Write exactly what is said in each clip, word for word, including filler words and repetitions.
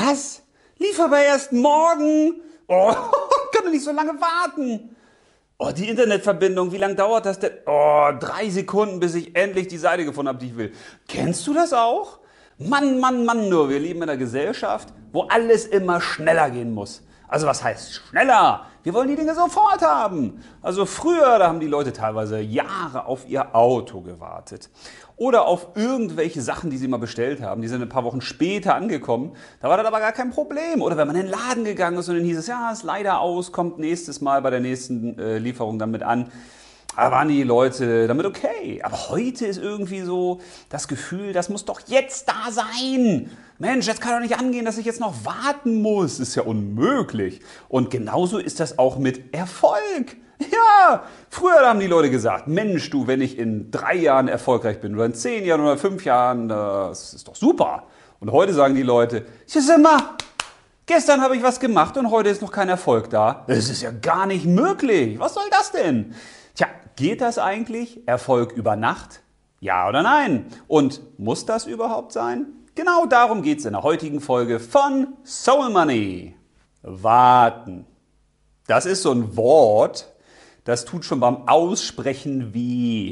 Was? Lieferbar erst morgen? Oh, kann doch nicht so lange warten. Oh, die Internetverbindung, wie lange dauert das denn? Oh, drei Sekunden, bis ich endlich die Seite gefunden habe, die ich will. Kennst du das auch? Mann, Mann, Mann, nur, wir leben in einer Gesellschaft, wo alles immer schneller gehen muss. Also was heißt schneller? Wir wollen die Dinge sofort haben. Also früher, da haben die Leute teilweise Jahre auf ihr Auto gewartet. Oder auf irgendwelche Sachen, die sie mal bestellt haben. Die sind ein paar Wochen später angekommen. Da war das aber gar kein Problem. Oder wenn man in den Laden gegangen ist und dann hieß es, ja, ist leider aus, kommt nächstes Mal bei der nächsten äh, Lieferung damit an. Da waren die Leute damit okay. Aber heute ist irgendwie so das Gefühl, das muss doch jetzt da sein. Mensch, jetzt kann doch nicht angehen, dass ich jetzt noch warten muss. Das ist ja unmöglich. Und genauso ist das auch mit Erfolg. Ja, früher haben die Leute gesagt, Mensch, du, wenn ich in drei Jahren erfolgreich bin oder in zehn Jahren oder fünf Jahren, das ist doch super. Und heute sagen die Leute, siehst du mal, gestern habe ich was gemacht und heute ist noch kein Erfolg da. Das ist ja gar nicht möglich. Was soll das denn? Tja, geht das eigentlich? Erfolg über Nacht? Ja oder nein? Und muss das überhaupt sein? Genau darum geht es in der heutigen Folge von Soul Money. Warten. Das ist so ein Wort, das tut schon beim Aussprechen weh.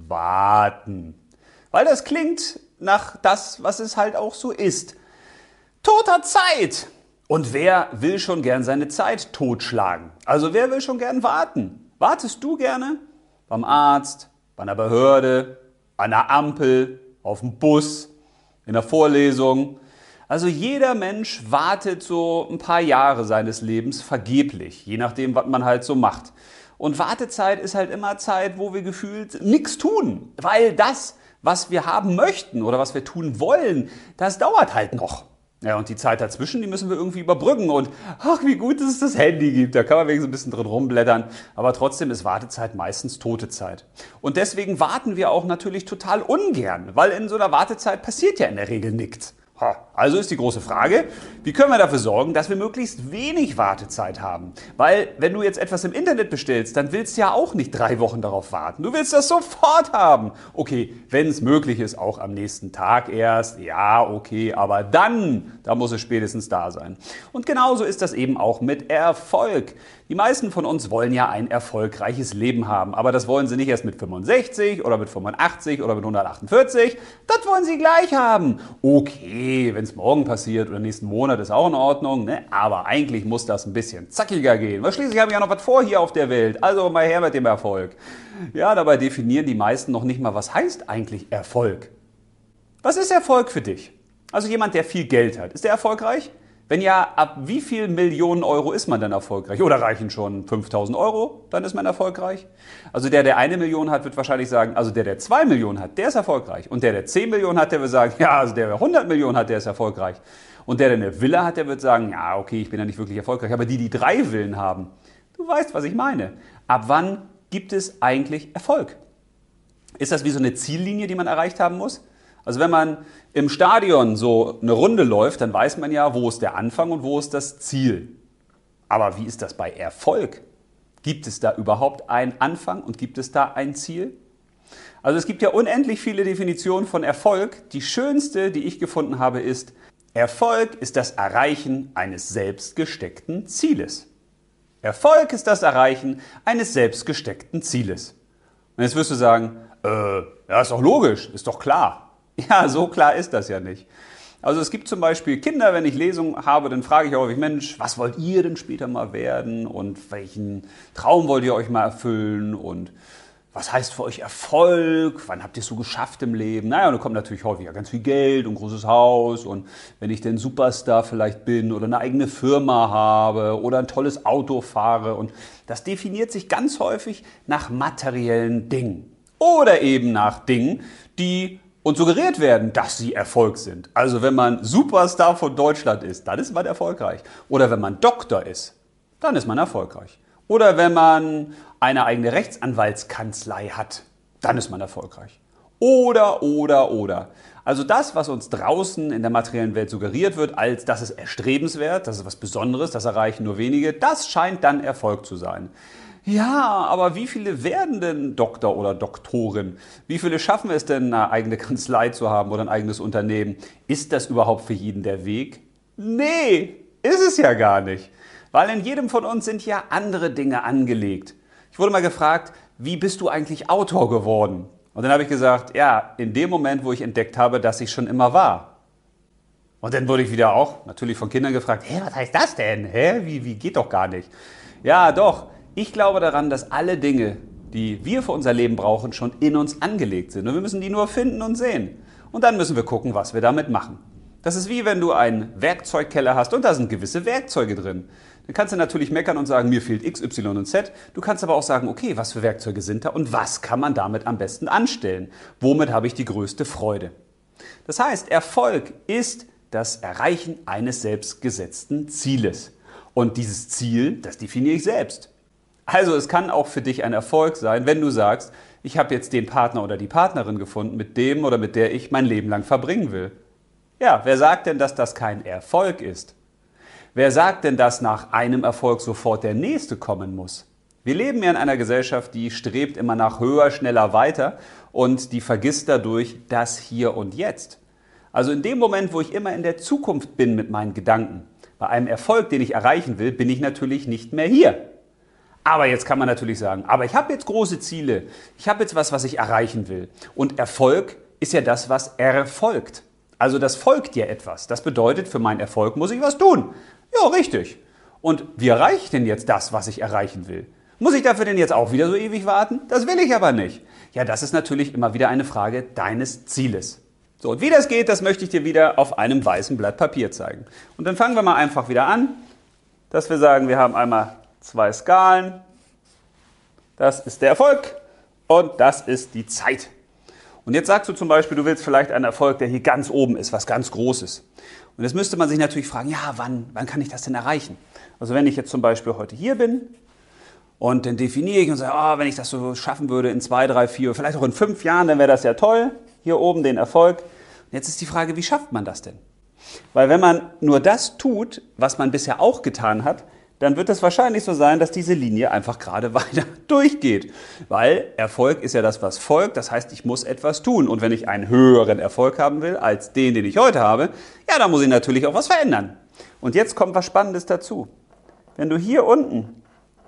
Warten. Weil das klingt nach das, was es halt auch so ist. Toter Zeit. Und wer will schon gern seine Zeit totschlagen? Also wer will schon gern warten? Wartest du gerne? Beim Arzt, bei einer Behörde, an der Ampel, auf dem Bus, in der Vorlesung. Also jeder Mensch wartet so ein paar Jahre seines Lebens vergeblich, je nachdem, was man halt so macht. Und Wartezeit ist halt immer Zeit, wo wir gefühlt nichts tun, weil das, was wir haben möchten oder was wir tun wollen, das dauert halt noch. Ja, und die Zeit dazwischen, die müssen wir irgendwie überbrücken. Und ach, wie gut, dass es das Handy gibt. Da kann man wenigstens ein bisschen drin rumblättern. Aber trotzdem ist Wartezeit meistens tote Zeit. Und deswegen warten wir auch natürlich total ungern, weil in so einer Wartezeit passiert ja in der Regel nichts. Also ist die große Frage, wie können wir dafür sorgen, dass wir möglichst wenig Wartezeit haben? Weil wenn du jetzt etwas im Internet bestellst, dann willst du ja auch nicht drei Wochen darauf warten. Du willst das sofort haben. Okay, wenn es möglich ist, auch am nächsten Tag erst. Ja, okay, aber dann, da muss es spätestens da sein. Und genauso ist das eben auch mit Erfolg. Die meisten von uns wollen ja ein erfolgreiches Leben haben, aber das wollen sie nicht erst mit fünfundsechzig oder mit fünfundachtzig oder mit hundertachtundvierzig. Das wollen sie gleich haben. Okay, wenn es morgen passiert oder nächsten Monat, ist auch in Ordnung, ne? Aber eigentlich muss das ein bisschen zackiger gehen. Weil schließlich haben wir ja noch was vor hier auf der Welt. Also mal her mit dem Erfolg. Ja, dabei definieren die meisten noch nicht mal, was heißt eigentlich Erfolg. Was ist Erfolg für dich? Also jemand, der viel Geld hat, ist der erfolgreich? Wenn ja, ab wie viel Millionen Euro ist man dann erfolgreich? Oder reichen schon fünftausend Euro, dann ist man erfolgreich? Also der, der eine Million hat, wird wahrscheinlich sagen, also der, der zwei Millionen hat, der ist erfolgreich. Und der, der zehn Millionen hat, der wird sagen, ja, also der, der hundert Millionen hat, der ist erfolgreich. Und der, der eine Villa hat, der wird sagen, ja, okay, ich bin ja nicht wirklich erfolgreich. Aber die, die drei Villen haben, du weißt, was ich meine. Ab wann gibt es eigentlich Erfolg? Ist das wie so eine Ziellinie, die man erreicht haben muss? Also wenn man im Stadion so eine Runde läuft, dann weiß man ja, wo ist der Anfang und wo ist das Ziel. Aber wie ist das bei Erfolg? Gibt es da überhaupt einen Anfang und gibt es da ein Ziel? Also es gibt ja unendlich viele Definitionen von Erfolg. Die schönste, die ich gefunden habe, ist, Erfolg ist das Erreichen eines selbstgesteckten Zieles. Erfolg ist das Erreichen eines selbstgesteckten Zieles. Und jetzt wirst du sagen, äh, ja, ist doch logisch, ist doch klar. Ja, so klar ist das ja nicht. Also es gibt zum Beispiel Kinder, wenn ich Lesungen habe, dann frage ich häufig, Mensch, was wollt ihr denn später mal werden und welchen Traum wollt ihr euch mal erfüllen und was heißt für euch Erfolg, wann habt ihr es so geschafft im Leben? Naja, und dann kommt natürlich häufig ja ganz viel Geld und großes Haus und wenn ich denn Superstar vielleicht bin oder eine eigene Firma habe oder ein tolles Auto fahre und das definiert sich ganz häufig nach materiellen Dingen oder eben nach Dingen, die und suggeriert werden, dass sie Erfolg sind. Also wenn man Superstar von Deutschland ist, dann ist man erfolgreich. Oder wenn man Doktor ist, dann ist man erfolgreich. Oder wenn man eine eigene Rechtsanwaltskanzlei hat, dann ist man erfolgreich. Oder, oder, oder. Also das, was uns draußen in der materiellen Welt suggeriert wird, als das ist erstrebenswert, das ist was Besonderes, das erreichen nur wenige, das scheint dann Erfolg zu sein. Ja, aber wie viele werden denn Doktor oder Doktorin? Wie viele schaffen es denn, eine eigene Kanzlei zu haben oder ein eigenes Unternehmen? Ist das überhaupt für jeden der Weg? Nee, ist es ja gar nicht. Weil in jedem von uns sind ja andere Dinge angelegt. Ich wurde mal gefragt, wie bist du eigentlich Autor geworden? Und dann habe ich gesagt, ja, in dem Moment, wo ich entdeckt habe, dass ich schon immer war. Und dann wurde ich wieder auch natürlich von Kindern gefragt, hä, was heißt das denn? Hä, wie, wie geht doch gar nicht. Ja, doch, ich glaube daran, dass alle Dinge, die wir für unser Leben brauchen, schon in uns angelegt sind. Und wir müssen die nur finden und sehen. Und dann müssen wir gucken, was wir damit machen. Das ist wie wenn du einen Werkzeugkeller hast und da sind gewisse Werkzeuge drin. Dann kannst du natürlich meckern und sagen, mir fehlt X, Y und Z. Du kannst aber auch sagen, okay, was für Werkzeuge sind da und was kann man damit am besten anstellen? Womit habe ich die größte Freude? Das heißt, Erfolg ist das Erreichen eines selbstgesetzten Zieles. Und dieses Ziel, das definiere ich selbst. Also es kann auch für dich ein Erfolg sein, wenn du sagst, ich habe jetzt den Partner oder die Partnerin gefunden, mit dem oder mit der ich mein Leben lang verbringen will. Ja, wer sagt denn, dass das kein Erfolg ist? Wer sagt denn, dass nach einem Erfolg sofort der nächste kommen muss? Wir leben ja in einer Gesellschaft, die strebt immer nach höher, schneller, weiter und die vergisst dadurch das Hier und Jetzt. Also in dem Moment, wo ich immer in der Zukunft bin mit meinen Gedanken, bei einem Erfolg, den ich erreichen will, bin ich natürlich nicht mehr hier. Aber jetzt kann man natürlich sagen, aber ich habe jetzt große Ziele, ich habe jetzt was, was ich erreichen will. Und Erfolg ist ja das, was erfolgt. Also das folgt ja etwas. Das bedeutet, für meinen Erfolg muss ich was tun. Ja, richtig. Und wie erreiche ich denn jetzt das, was ich erreichen will? Muss ich dafür denn jetzt auch wieder so ewig warten? Das will ich aber nicht. Ja, das ist natürlich immer wieder eine Frage deines Zieles. So, und wie das geht, das möchte ich dir wieder auf einem weißen Blatt Papier zeigen. Und dann fangen wir mal einfach wieder an, dass wir sagen, wir haben einmal zwei Skalen. Das ist der Erfolg und das ist die Zeit. Und jetzt sagst du zum Beispiel, du willst vielleicht einen Erfolg, der hier ganz oben ist, was ganz Großes. Und jetzt müsste man sich natürlich fragen, ja, wann, wann kann ich das denn erreichen? Also wenn ich jetzt zum Beispiel heute hier bin und dann definiere ich und sage, oh, wenn ich das so schaffen würde in zwei, drei, vier, vielleicht auch in fünf Jahren, dann wäre das ja toll. Hier oben den Erfolg. Und jetzt ist die Frage, wie schafft man das denn? Weil wenn man nur das tut, was man bisher auch getan hat, dann wird es wahrscheinlich so sein, dass diese Linie einfach gerade weiter durchgeht. Weil Erfolg ist ja das, was folgt. Das heißt, ich muss etwas tun. Und wenn ich einen höheren Erfolg haben will, als den, den ich heute habe, ja, dann muss ich natürlich auch was verändern. Und jetzt kommt was Spannendes dazu. Wenn du hier unten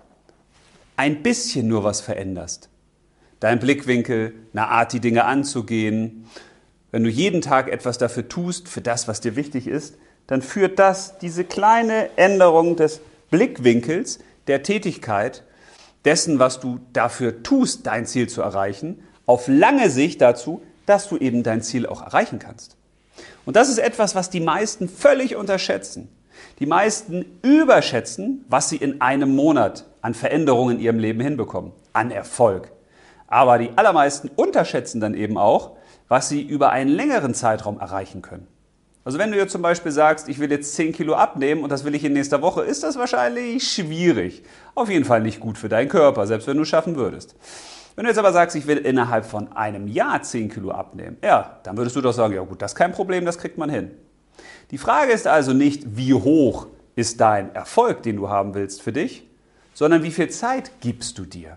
ein bisschen nur was veränderst, dein Blickwinkel, eine Art, die Dinge anzugehen, wenn du jeden Tag etwas dafür tust, für das, was dir wichtig ist, dann führt das, diese kleine Änderung des Blickwinkels, der Tätigkeit, dessen, was du dafür tust, dein Ziel zu erreichen, auf lange Sicht dazu, dass du eben dein Ziel auch erreichen kannst. Und das ist etwas, was die meisten völlig unterschätzen. Die meisten überschätzen, was sie in einem Monat an Veränderungen in ihrem Leben hinbekommen, an Erfolg. Aber die allermeisten unterschätzen dann eben auch, was sie über einen längeren Zeitraum erreichen können. Also wenn du jetzt zum Beispiel sagst, ich will jetzt zehn Kilo abnehmen und das will ich in nächster Woche, ist das wahrscheinlich schwierig. Auf jeden Fall nicht gut für deinen Körper, selbst wenn du es schaffen würdest. Wenn du jetzt aber sagst, ich will innerhalb von einem Jahr zehn Kilo abnehmen, ja, dann würdest du doch sagen, ja gut, das ist kein Problem, das kriegt man hin. Die Frage ist also nicht, wie hoch ist dein Erfolg, den du haben willst für dich, sondern wie viel Zeit gibst du dir?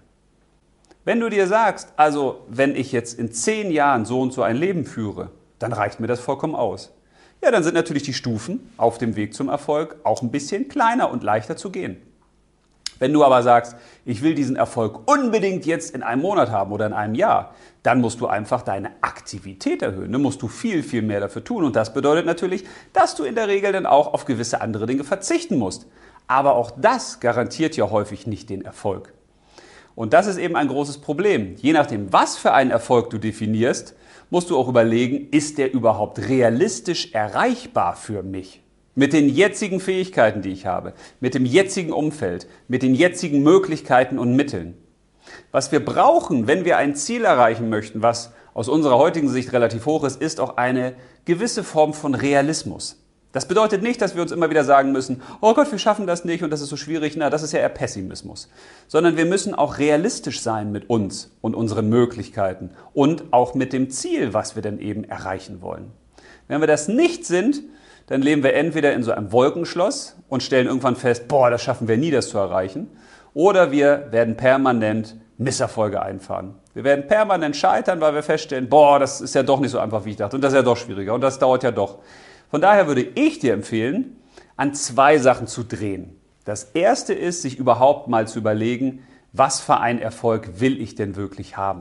Wenn du dir sagst, also wenn ich jetzt in zehn Jahren so und so ein Leben führe, dann reicht mir das vollkommen aus. Ja, dann sind natürlich die Stufen auf dem Weg zum Erfolg auch ein bisschen kleiner und leichter zu gehen. Wenn du aber sagst, ich will diesen Erfolg unbedingt jetzt in einem Monat haben oder in einem Jahr, dann musst du einfach deine Aktivität erhöhen. Dann musst du viel, viel mehr dafür tun. Und das bedeutet natürlich, dass du in der Regel dann auch auf gewisse andere Dinge verzichten musst. Aber auch das garantiert ja häufig nicht den Erfolg. Und das ist eben ein großes Problem. Je nachdem, was für einen Erfolg du definierst, musst du auch überlegen, ist der überhaupt realistisch erreichbar für mich? Mit den jetzigen Fähigkeiten, die ich habe, mit dem jetzigen Umfeld, mit den jetzigen Möglichkeiten und Mitteln. Was wir brauchen, wenn wir ein Ziel erreichen möchten, was aus unserer heutigen Sicht relativ hoch ist, ist auch eine gewisse Form von Realismus. Das bedeutet nicht, dass wir uns immer wieder sagen müssen, oh Gott, wir schaffen das nicht und das ist so schwierig. Na, das ist ja eher Pessimismus. Sondern wir müssen auch realistisch sein mit uns und unseren Möglichkeiten und auch mit dem Ziel, was wir denn eben erreichen wollen. Wenn wir das nicht sind, dann leben wir entweder in so einem Wolkenschloss und stellen irgendwann fest, boah, das schaffen wir nie, das zu erreichen. Oder wir werden permanent Misserfolge einfahren. Wir werden permanent scheitern, weil wir feststellen, boah, das ist ja doch nicht so einfach, wie ich dachte. Und das ist ja doch schwieriger und das dauert ja doch. Von daher würde ich dir empfehlen, an zwei Sachen zu drehen. Das erste ist, sich überhaupt mal zu überlegen, was für einen Erfolg will ich denn wirklich haben?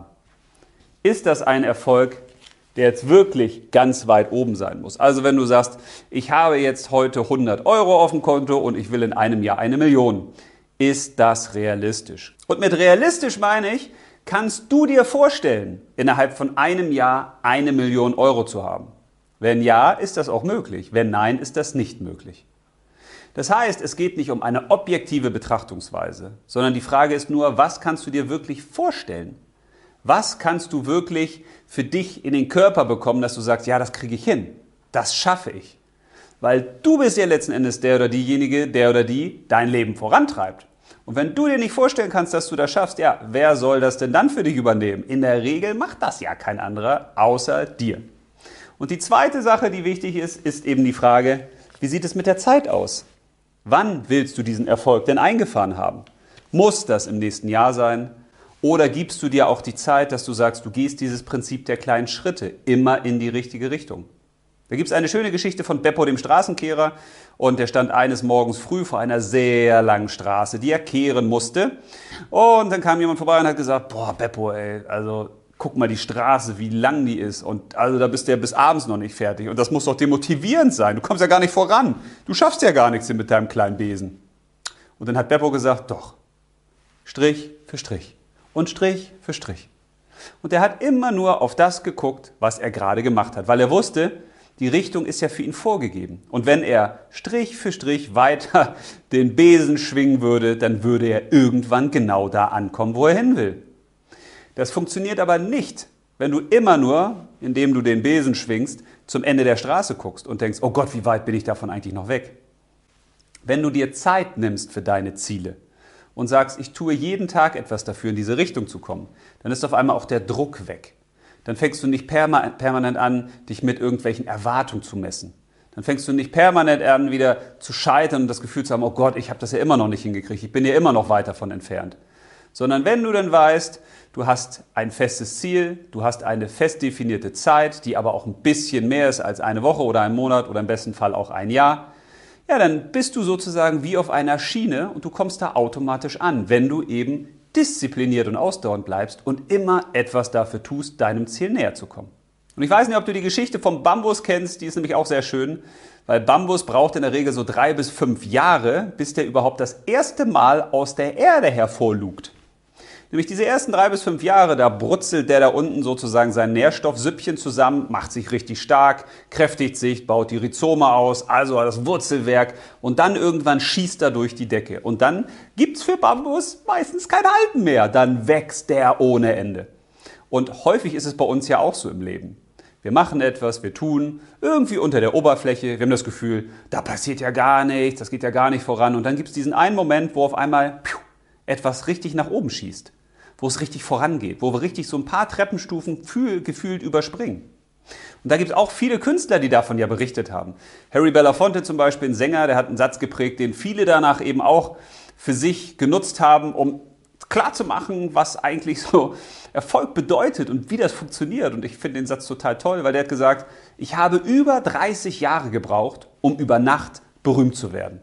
Ist das ein Erfolg, der jetzt wirklich ganz weit oben sein muss? Also wenn du sagst, ich habe jetzt heute hundert Euro auf dem Konto und ich will in einem Jahr eine Million. Ist das realistisch? Und mit realistisch meine ich, kannst du dir vorstellen, innerhalb von einem Jahr eine Million Euro zu haben? Wenn ja, ist das auch möglich. Wenn nein, ist das nicht möglich. Das heißt, es geht nicht um eine objektive Betrachtungsweise, sondern die Frage ist nur, was kannst du dir wirklich vorstellen? Was kannst du wirklich für dich in den Körper bekommen, dass du sagst, ja, das kriege ich hin, das schaffe ich. Weil du bist ja letzten Endes der oder diejenige, der oder die dein Leben vorantreibt. Und wenn du dir nicht vorstellen kannst, dass du das schaffst, ja, wer soll das denn dann für dich übernehmen? In der Regel macht das ja kein anderer außer dir. Und die zweite Sache, die wichtig ist, ist eben die Frage, wie sieht es mit der Zeit aus? Wann willst du diesen Erfolg denn eingefahren haben? Muss das im nächsten Jahr sein? Oder gibst du dir auch die Zeit, dass du sagst, du gehst dieses Prinzip der kleinen Schritte immer in die richtige Richtung? Da gibt es eine schöne Geschichte von Beppo, dem Straßenkehrer. Und der stand eines Morgens früh vor einer sehr langen Straße, die er kehren musste. Und dann kam jemand vorbei und hat gesagt, boah, Beppo, ey, also guck mal die Straße, wie lang die ist. Und also da bist du ja bis abends noch nicht fertig. Und das muss doch demotivierend sein. Du kommst ja gar nicht voran. Du schaffst ja gar nichts hier mit deinem kleinen Besen. Und dann hat Beppo gesagt, doch, Strich für Strich und Strich für Strich. Und er hat immer nur auf das geguckt, was er gerade gemacht hat, weil er wusste, die Richtung ist ja für ihn vorgegeben. Und wenn er Strich für Strich weiter den Besen schwingen würde, dann würde er irgendwann genau da ankommen, wo er hin will. Das funktioniert aber nicht, wenn du immer nur, indem du den Besen schwingst, zum Ende der Straße guckst und denkst, oh Gott, wie weit bin ich davon eigentlich noch weg? Wenn du dir Zeit nimmst für deine Ziele und sagst, ich tue jeden Tag etwas dafür, in diese Richtung zu kommen, dann ist auf einmal auch der Druck weg. Dann fängst du nicht permanent an, dich mit irgendwelchen Erwartungen zu messen. Dann fängst du nicht permanent an, wieder zu scheitern und das Gefühl zu haben, oh Gott, ich habe das ja immer noch nicht hingekriegt, ich bin ja immer noch weit davon entfernt. Sondern wenn du dann weißt, du hast ein festes Ziel, du hast eine fest definierte Zeit, die aber auch ein bisschen mehr ist als eine Woche oder ein Monat oder im besten Fall auch ein Jahr, ja, dann bist du sozusagen wie auf einer Schiene und du kommst da automatisch an, wenn du eben diszipliniert und ausdauernd bleibst und immer etwas dafür tust, deinem Ziel näher zu kommen. Und ich weiß nicht, ob du die Geschichte vom Bambus kennst, die ist nämlich auch sehr schön, weil Bambus braucht in der Regel so drei bis fünf Jahre, bis der überhaupt das erste Mal aus der Erde hervorlugt. Nämlich diese ersten drei bis fünf Jahre, da brutzelt der da unten sozusagen sein Nährstoffsüppchen zusammen, macht sich richtig stark, kräftigt sich, baut die Rhizome aus, also das Wurzelwerk und dann irgendwann schießt er durch die Decke. Und dann gibt's für Bambus meistens kein Halten mehr, dann wächst der ohne Ende. Und häufig ist es bei uns ja auch so im Leben. Wir machen etwas, wir tun, irgendwie unter der Oberfläche, wir haben das Gefühl, da passiert ja gar nichts, das geht ja gar nicht voran. Und dann gibt's diesen einen Moment, wo auf einmal piu, etwas richtig nach oben schießt, wo es richtig vorangeht, wo wir richtig so ein paar Treppenstufen fühl, gefühlt überspringen. Und da gibt es auch viele Künstler, die davon ja berichtet haben. Harry Belafonte zum Beispiel, ein Sänger, der hat einen Satz geprägt, den viele danach eben auch für sich genutzt haben, um klarzumachen, was eigentlich so Erfolg bedeutet und wie das funktioniert. Und ich finde den Satz total toll, weil der hat gesagt, ich habe über dreißig Jahre gebraucht, um über Nacht berühmt zu werden.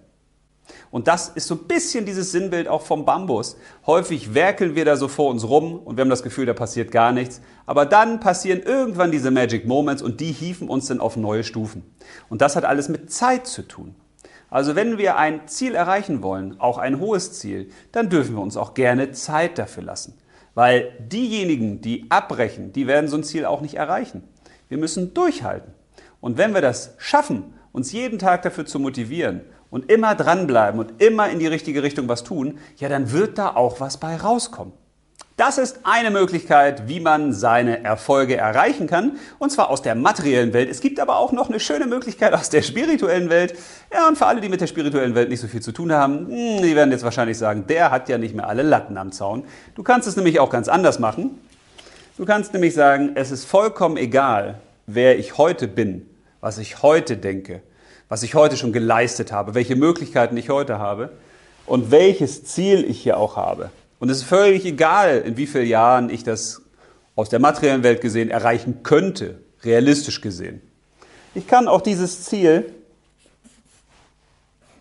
Und das ist so ein bisschen dieses Sinnbild auch vom Bambus. Häufig werkeln wir da so vor uns rum und wir haben das Gefühl, da passiert gar nichts. Aber dann passieren irgendwann diese Magic Moments und die hieven uns dann auf neue Stufen. Und das hat alles mit Zeit zu tun. Also wenn wir ein Ziel erreichen wollen, auch ein hohes Ziel, dann dürfen wir uns auch gerne Zeit dafür lassen. Weil diejenigen, die abbrechen, die werden so ein Ziel auch nicht erreichen. Wir müssen durchhalten. Und wenn wir das schaffen, uns jeden Tag dafür zu motivieren und immer dranbleiben und immer in die richtige Richtung was tun, ja, dann wird da auch was bei rauskommen. Das ist eine Möglichkeit, wie man seine Erfolge erreichen kann, und zwar aus der materiellen Welt. Es gibt aber auch noch eine schöne Möglichkeit aus der spirituellen Welt. Ja, und für alle, die mit der spirituellen Welt nicht so viel zu tun haben, die werden jetzt wahrscheinlich sagen, der hat ja nicht mehr alle Latten am Zaun. Du kannst es nämlich auch ganz anders machen. Du kannst nämlich sagen, es ist vollkommen egal, wer ich heute bin, was ich heute denke, was ich heute schon geleistet habe, welche Möglichkeiten ich heute habe und welches Ziel ich hier auch habe. Und es ist völlig egal, in wie vielen Jahren ich das aus der materiellen Welt gesehen erreichen könnte, realistisch gesehen. Ich kann auch dieses Ziel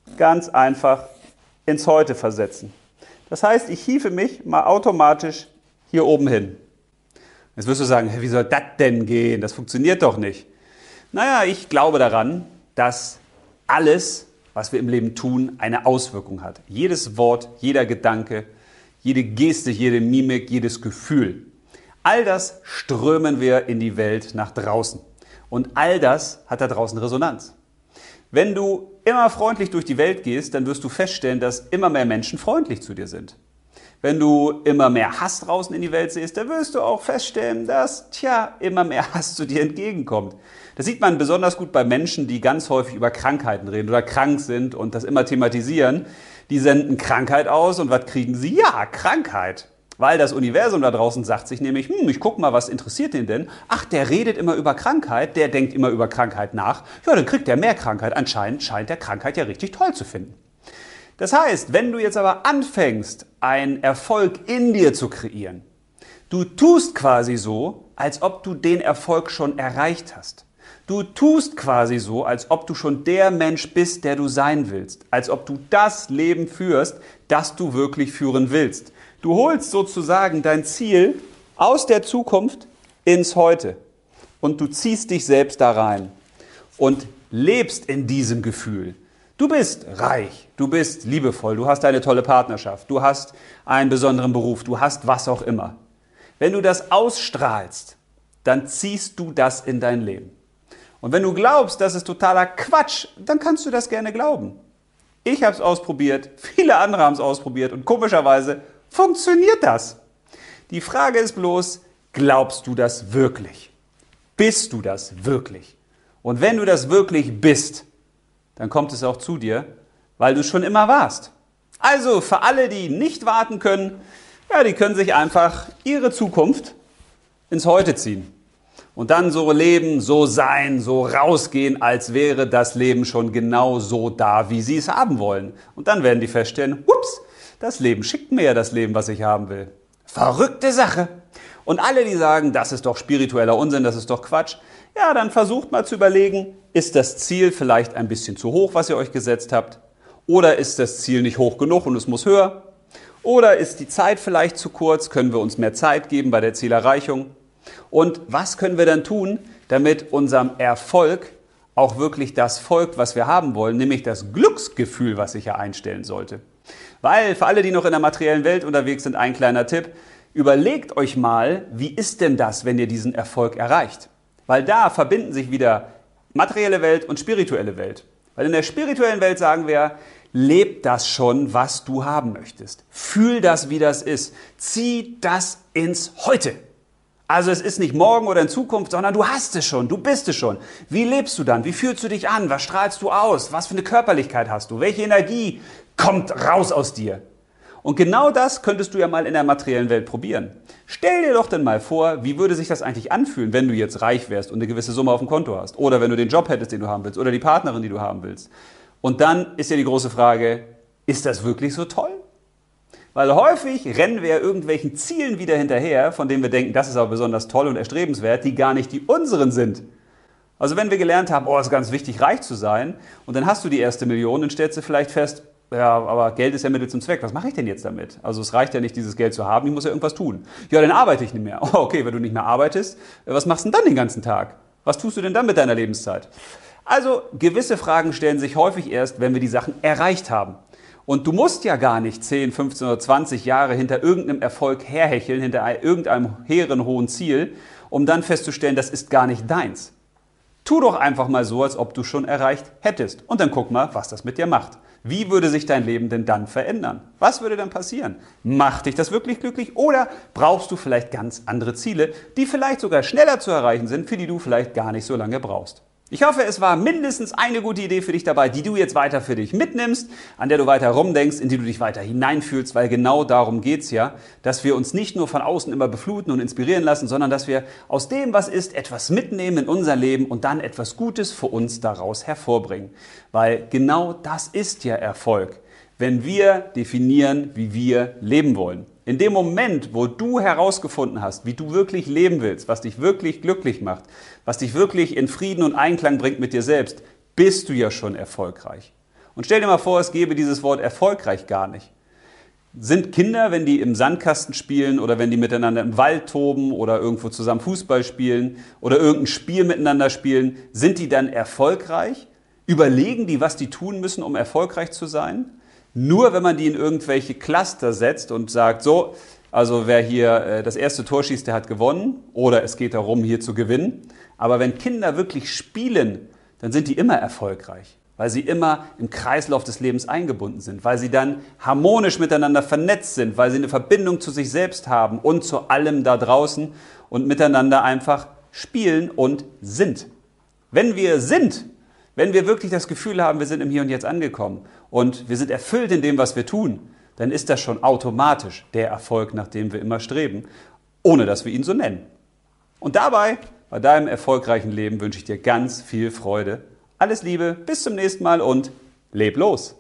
ganz einfach ins Heute versetzen. Das heißt, ich hiefe mich mal automatisch hier oben hin. Jetzt wirst du sagen, wie soll das denn gehen? Das funktioniert doch nicht. Naja, ich glaube daran, dass alles, was wir im Leben tun, eine Auswirkung hat. Jedes Wort, jeder Gedanke, jede Geste, jede Mimik, jedes Gefühl. All das strömen wir in die Welt nach draußen. Und all das hat da draußen Resonanz. Wenn du immer freundlich durch die Welt gehst, dann wirst du feststellen, dass immer mehr Menschen freundlich zu dir sind. Wenn du immer mehr Hass draußen in die Welt siehst, dann wirst du auch feststellen, dass, tja, immer mehr Hass zu dir entgegenkommt. Das sieht man besonders gut bei Menschen, die ganz häufig über Krankheiten reden oder krank sind und das immer thematisieren. Die senden Krankheit aus und was kriegen sie? Ja, Krankheit. Weil das Universum da draußen sagt sich nämlich, hm, ich guck mal, was interessiert den denn? Ach, der redet immer über Krankheit, der denkt immer über Krankheit nach. Ja, dann kriegt der mehr Krankheit. Anscheinend scheint der Krankheit ja richtig toll zu finden. Das heißt, wenn du jetzt aber anfängst, einen Erfolg in dir zu kreieren, du tust quasi so, als ob du den Erfolg schon erreicht hast. Du tust quasi so, als ob du schon der Mensch bist, der du sein willst. Als ob du das Leben führst, das du wirklich führen willst. Du holst sozusagen dein Ziel aus der Zukunft ins Heute und du ziehst dich selbst da rein und lebst in diesem Gefühl. Du bist reich, du bist liebevoll, du hast eine tolle Partnerschaft, du hast einen besonderen Beruf, du hast was auch immer. Wenn du das ausstrahlst, dann ziehst du das in dein Leben. Und wenn du glaubst, das ist totaler Quatsch, dann kannst du das gerne glauben. Ich habe es ausprobiert, viele andere haben es ausprobiert und komischerweise funktioniert das? Die Frage ist bloß, glaubst du das wirklich? Bist du das wirklich? Und wenn du das wirklich bist, dann kommt es auch zu dir, weil du es schon immer warst. Also für alle, die nicht warten können, ja, die können sich einfach ihre Zukunft ins Heute ziehen. Und dann so leben, so sein, so rausgehen, als wäre das Leben schon genau so da, wie sie es haben wollen. Und dann werden die feststellen, ups, das Leben schickt mir ja das Leben, was ich haben will. Verrückte Sache. Und alle, die sagen, das ist doch spiritueller Unsinn, das ist doch Quatsch, ja, dann versucht mal zu überlegen, ist das Ziel vielleicht ein bisschen zu hoch, was ihr euch gesetzt habt? Oder ist das Ziel nicht hoch genug und es muss höher? Oder ist die Zeit vielleicht zu kurz? Können wir uns mehr Zeit geben bei der Zielerreichung? Und was können wir dann tun, damit unserem Erfolg auch wirklich das folgt, was wir haben wollen, nämlich das Glücksgefühl, was sich ja einstellen sollte? Weil für alle, die noch in der materiellen Welt unterwegs sind, ein kleiner Tipp, überlegt euch mal, wie ist denn das, wenn ihr diesen Erfolg erreicht? Weil da verbinden sich wieder materielle Welt und spirituelle Welt. Weil in der spirituellen Welt sagen wir, leb das schon, was du haben möchtest. Fühl das, wie das ist. Zieh das ins Heute. Also es ist nicht morgen oder in Zukunft, sondern du hast es schon, du bist es schon. Wie lebst du dann? Wie fühlst du dich an? Was strahlst du aus? Was für eine Körperlichkeit hast du? Welche Energie kommt raus aus dir? Und genau das könntest du ja mal in der materiellen Welt probieren. Stell dir doch dann mal vor, wie würde sich das eigentlich anfühlen, wenn du jetzt reich wärst und eine gewisse Summe auf dem Konto hast. Oder wenn du den Job hättest, den du haben willst. Oder die Partnerin, die du haben willst. Und dann ist ja die große Frage, ist das wirklich so toll? Weil häufig rennen wir ja irgendwelchen Zielen wieder hinterher, von denen wir denken, das ist aber besonders toll und erstrebenswert, die gar nicht die unseren sind. Also wenn wir gelernt haben, oh, es ist ganz wichtig, reich zu sein, und dann hast du die erste Million, dann stellst du vielleicht fest, ja, aber Geld ist ja Mittel zum Zweck. Was mache ich denn jetzt damit? Also es reicht ja nicht, dieses Geld zu haben, ich muss ja irgendwas tun. Ja, dann arbeite ich nicht mehr. Oh, okay, wenn du nicht mehr arbeitest, was machst du denn dann den ganzen Tag? Was tust du denn dann mit deiner Lebenszeit? Also gewisse Fragen stellen sich häufig erst, wenn wir die Sachen erreicht haben. Und du musst ja gar nicht zehn, fünfzehn oder zwanzig Jahre hinter irgendeinem Erfolg herhecheln, hinter irgendeinem hehren hohen Ziel, um dann festzustellen, das ist gar nicht deins. Tu doch einfach mal so, als ob du schon erreicht hättest. Und dann guck mal, was das mit dir macht. Wie würde sich dein Leben denn dann verändern? Was würde dann passieren? Macht dich das wirklich glücklich oder brauchst du vielleicht ganz andere Ziele, die vielleicht sogar schneller zu erreichen sind, für die du vielleicht gar nicht so lange brauchst? Ich hoffe, es war mindestens eine gute Idee für dich dabei, die du jetzt weiter für dich mitnimmst, an der du weiter rumdenkst, in die du dich weiter hineinfühlst, weil genau darum geht's ja, dass wir uns nicht nur von außen immer befluten und inspirieren lassen, sondern dass wir aus dem, was ist, etwas mitnehmen in unser Leben und dann etwas Gutes für uns daraus hervorbringen. Weil genau das ist ja Erfolg, wenn wir definieren, wie wir leben wollen. In dem Moment, wo du herausgefunden hast, wie du wirklich leben willst, was dich wirklich glücklich macht, was dich wirklich in Frieden und Einklang bringt mit dir selbst, bist du ja schon erfolgreich. Und stell dir mal vor, es gäbe dieses Wort erfolgreich gar nicht. Sind Kinder, wenn die im Sandkasten spielen oder wenn die miteinander im Wald toben oder irgendwo zusammen Fußball spielen oder irgendein Spiel miteinander spielen, sind die dann erfolgreich? Überlegen die, was die tun müssen, um erfolgreich zu sein? Nur wenn man die in irgendwelche Cluster setzt und sagt, so, also wer hier das erste Tor schießt, der hat gewonnen oder es geht darum, hier zu gewinnen. Aber wenn Kinder wirklich spielen, dann sind die immer erfolgreich, weil sie immer im Kreislauf des Lebens eingebunden sind, weil sie dann harmonisch miteinander vernetzt sind, weil sie eine Verbindung zu sich selbst haben und zu allem da draußen und miteinander einfach spielen und sind. Wenn wir sind, wenn wir wirklich das Gefühl haben, wir sind im Hier und Jetzt angekommen und wir sind erfüllt in dem, was wir tun, dann ist das schon automatisch der Erfolg, nach dem wir immer streben, ohne dass wir ihn so nennen. Und dabei, bei deinem erfolgreichen Leben, wünsche ich dir ganz viel Freude. Alles Liebe, bis zum nächsten Mal und leb los!